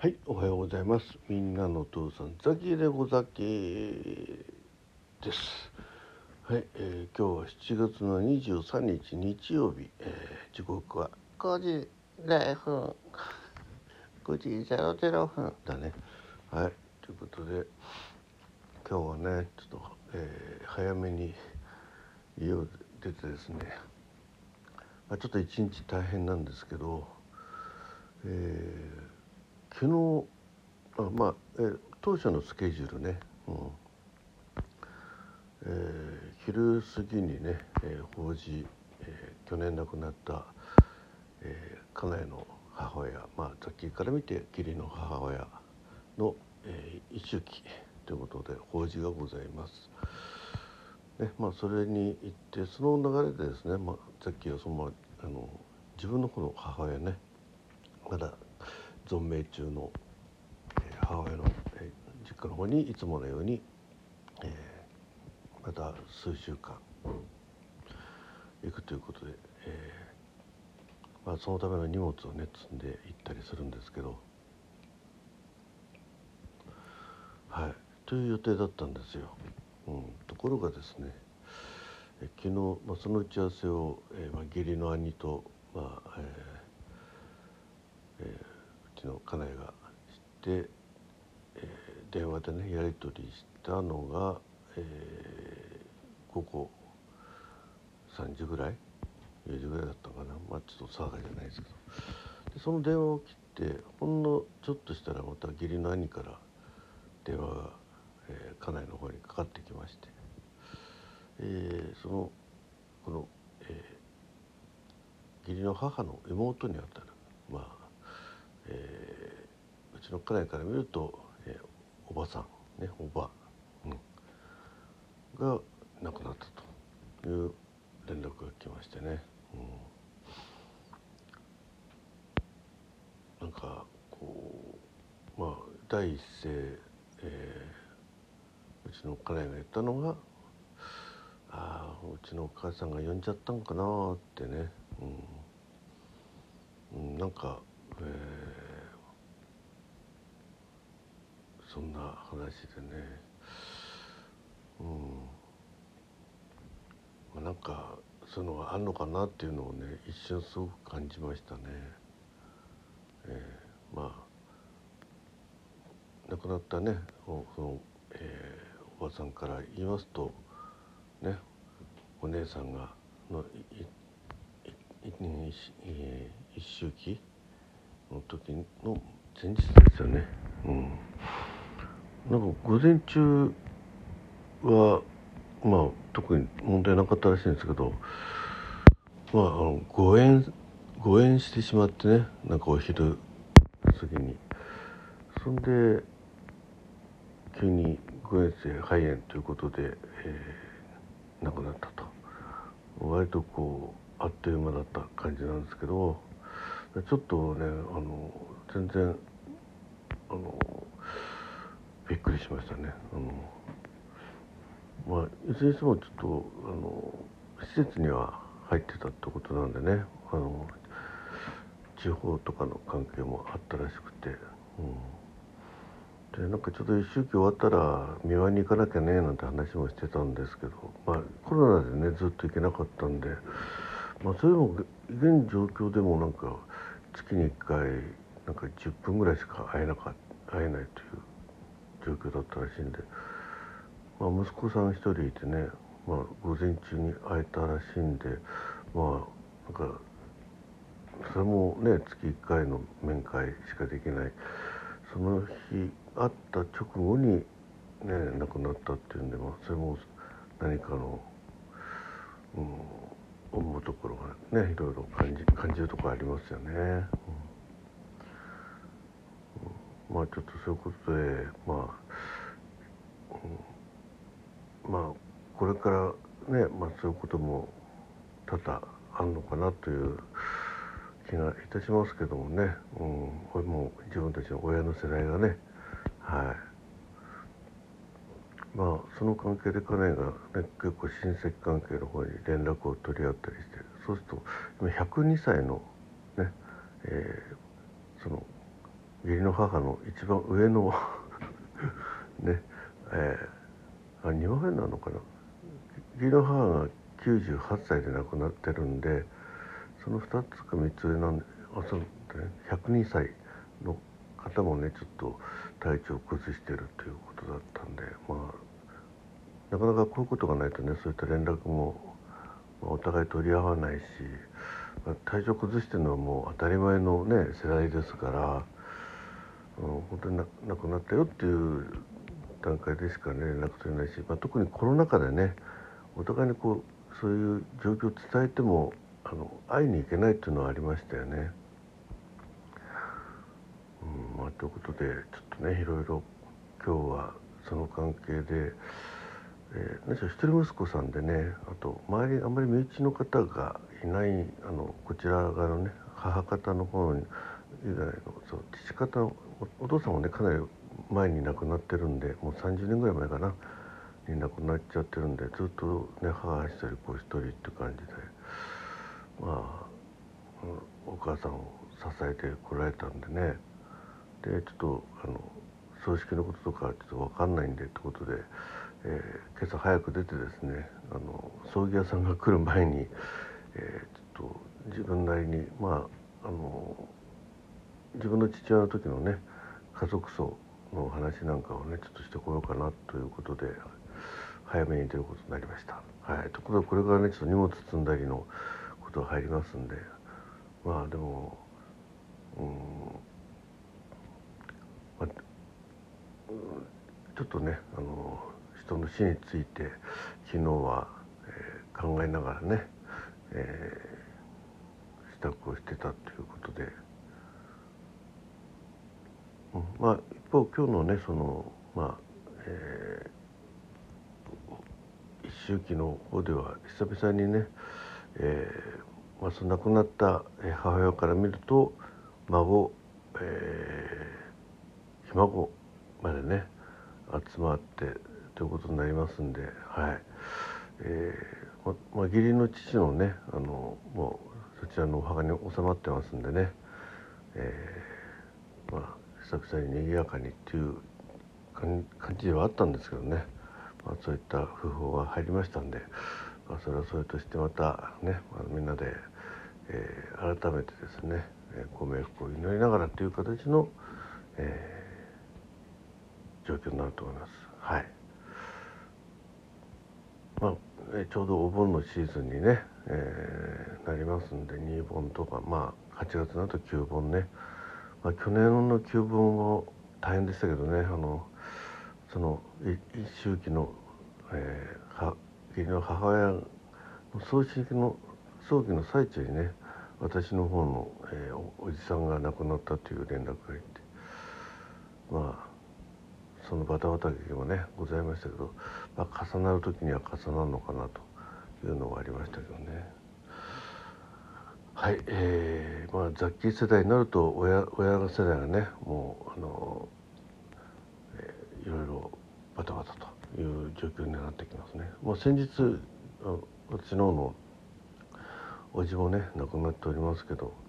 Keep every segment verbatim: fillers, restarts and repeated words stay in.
はい、おはようございます。みんなのお父さんザキでござきです。はい、えー、今日はしちがつのにじゅうさんにち日曜日、えー、時刻はごじぜろふんごじぜろぜろふんだね。はい、ということで今日はねちょっと、えー、早めに家を出てですね、まあ、ちょっと一日大変なんですけど、えー、昨日あまあ、えー、当初のスケジュールね、うんえー、昼過ぎにね、えー、法事、えー、去年亡くなった、えー、家内の母親、まあザッキーから見て義理の母親の、えー、一周忌ということで法事がございます。ね、まあそれに行ってその流れでですね、まあ、ザッキーはその、ままあの自分の方の母親ね、まだ存命中の、えー、母親の、えー、実家の方にいつものように、えー、また数週間行くということで、えーまあ、そのための荷物をね積んで行ったりするんですけど、はい、という予定だったんですよ。うん、ところがですね、え昨日、まあ、その打ち合わせを、えーまあ、義理の兄と、まあえーえーうちの家内が知って、えー電話でねやり取りしたのが、えー、午後さんじぐらいよじぐらいだったかな、まあちょっと定かじゃないですけど、でその電話を切ってほんのちょっとしたらまた義理の兄から電話が、えー、家内の方にかかってきまして、えー、そのこの、えー、義理の母の妹にあたる、まあえー、うちの家内から見ると、えー、おばさんねおば、うん、が亡くなったという連絡が来ましてね、うん、なんかこうまあ第一声、えー、うちの家内が言ったのがああうちのお母さんが呼んじゃったんかなってね、うん、なんか、えー、そんな話でね、うんまあ、なんかそういうのがあるのかなっていうのをね一瞬すごく感じましたね。えー、まあ亡くなったねその、えー、おばさんから言いますとねお姉さんがのい一周忌の時の前日ですよね、うん、なんか午前中はまあ特に問題なかったらしいんですけど、まああの誤嚥誤嚥してしまってね、なんかお昼過ぎにそんで急に誤嚥性肺炎ということで、えー、亡くなったと。割とこうあっという間だった感じなんですけど、ちょっとねあの全然あのびっくりしましたね。あのまあいずれにしてもちょっとあの施設には入ってたってことなんでね、あの地方とかの関係もあったらしくて、うん、でなんかちょっと一周期終わったら見舞いに行かなきゃねなんて話もしてたんですけど、まあコロナでねずっと行けなかったんで、まあそれも現状況でもなんか月にいっかいなんかじゅっぷんぐらいしか会えなか会えないという状況だったらしいんで、まあ、息子さん一人いてね、まあ、午前中に会えたらしいんで、まあなんかそれもね月いっかいの面会しかできない、その日会った直後にね亡くなったっていうんで、まあ、それも何かの、うん、思うところがねいろいろ感じ感じるところありますよね。うんうん、まあちょっとそういうことでまあ、うん、まあこれからね、まあ、そういうことも多々あるのかなという気がいたしますけどもね、うん、これも自分たちの親の世代がね、はい、まあその関係で家内が、ね、結構親戚関係の方に連絡を取り合ったりして、そうすると今ひゃくにさいのね、えー、その義理の母の一番上のねえー、あにばんめなのかな。義理の母がきゅうじゅうはっさいで亡くなってるんで、そのふたつかみっつ上なんで、あそうね、ひゃくにさいの方もねちょっと体調を崩しているということだったんで、まあなかなかこういうことがないとね、そういった連絡もお互い取り合わないし、まあ、体調崩してるのはもう当たり前のね世代ですから、うん、本当にな亡くなったよっていう段階でしかね連絡取れないし、まあ、特にコロナ禍でねお互いにこうそういう状況を伝えてもあの会いに行けないっていうのはありましたよね。うんまあ、ということでちょっとねいろいろ今日はその関係で、えー、何しろ一人息子さんでね、あと周りあんまり身内の方がいない、あのこちら側のね母方の方以外のそう父方の お, お父さんもねかなり前に亡くなってるんで、もうさんじゅうねんぐらい前かなに亡くなっちゃってるんで、ずっとね母一人子一人って感じで、まあ、うん、お母さんを支えてこられたんでね、でちょっとあの葬式のこととかちょっと分かんないんでってことで、えー、今朝早く出てですね、あの葬儀屋さんが来る前に、えー、ちょっと自分なりにまああの自分の父親の時のね家族葬の話なんかをねちょっとしてこようかなということで早めに出ることになりました。はい、ところがこれからねちょっと荷物積んだりのことが入りますんで、まあでもうん、まあ、ちょっとねあの人の死について昨日は、えー、考えながらね、えー、支度をしてたということで、うん、まあ一方今日のねそのまあ、えー、一周忌の方では久々にね、えーまあ、その亡くなった母親から見ると孫、えー、ひ孫までね集まってということになりますんで、はい、えーままあ、義理の父のねあのもうそちらのお墓に収まってますんでね、えー、まあ久々に賑やかにっていう感じではあったんですけどね、まあ、そういった訃報が入りましたんで、まあ、それはそれとしてまたね、まあ、みんなで、えー、改めてですねご冥福を祈りながらという形の、えー、状況になると思います。はい。まあ、えちょうどお盆のシーズンにね、えー、なりますんでにぼんとか、まあはちがつになるときゅうぼんね、まあ、去年のきゅうぼんも大変でしたけどね、あのその一周忌の、えー、は義理の母親の葬式の葬儀の最中にね私の方の、えー、お, おじさんが亡くなったという連絡が入って、まあそのバタバタ劇もねございましたけど、まあ、重なる時には重なるのかなというのがありましたけどね。はい、えー、まあザッキー世代になると親親の世代がねもうあの、えー、いろいろバタバタという状況になってきますね。まあ、先日私の方のおじもね亡くなっておりますけど、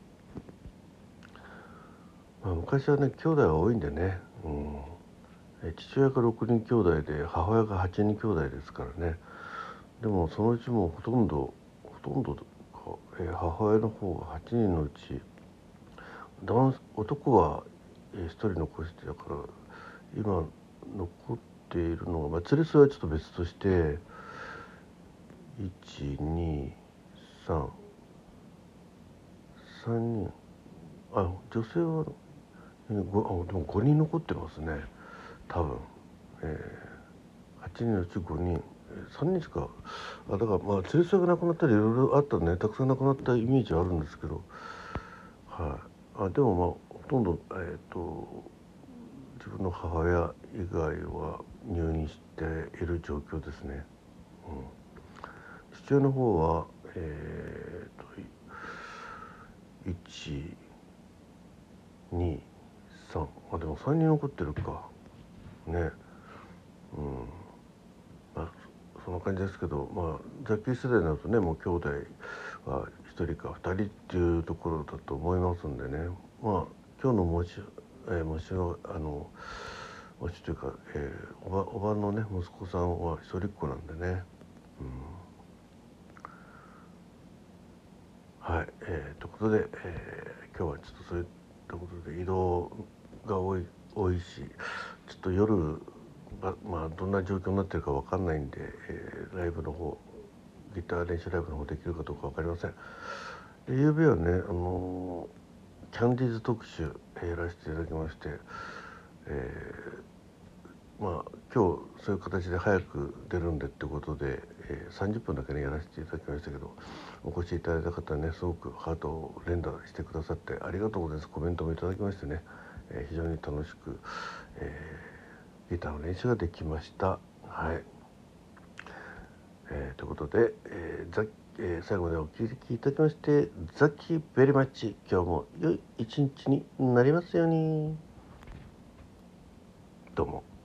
まあ、昔はね兄弟が多いんでね、うん、父親がろくにん兄弟で母親がはちにん兄弟ですからね。でもそのうちもほとんどほとんどか、えー、母親の方がはちにんのうち男男はひとり残してだから今残っているのが、まあ、連れ添いはちょっと別としていちにさんさんにん、あ女性はごあでもごにん残ってますね多分、えー、はちにんのうちごにんさんにんしか、あだからまあ連れ添いがなくなったりいろいろあったね、たくさんなくなったイメージはあるんですけど、はい、あでもまあほとんど、えー、と自分の母親以外は入院している状況ですね。うん、父親の方はえー、といちにさん、あでもさんにん残ってるかね。うんまあ、そんな感じですけど、まあザッキー世代になるとねもう兄弟はひとりかふたりっていうところだと思いますんでね、まあ今日の模試、えー、模試のあの模試というか、えー、おばおばのね息子さんは一人っ子なんでね、うん、はい、えー、ということで、えー、今日はちょっとそういったことで移動が多い多いし、ちょっと夜ままあどんな状況になってるかわかんないんで、えー、ライブの方ギター練習ライブの方できるかどうかわかりません。で、ゆうべはね、あのー、キャンディーズ特集、えー、やらせていただきまして、えー、まあ今日そういう形で早く出るんでってことで、えー、さんじゅっぷんだけねやらせていただきましたけど、お越しいただいた方はねすごくハートを連打してくださってありがとうございます。コメントもいただきましてね、えー、非常に楽しく、えー、ギターの練習ができました。はい、えー、ということで、えーザえー、最後までお聞きいただきましてザキベリマッチ。今日も良い一日になりますように。どうも。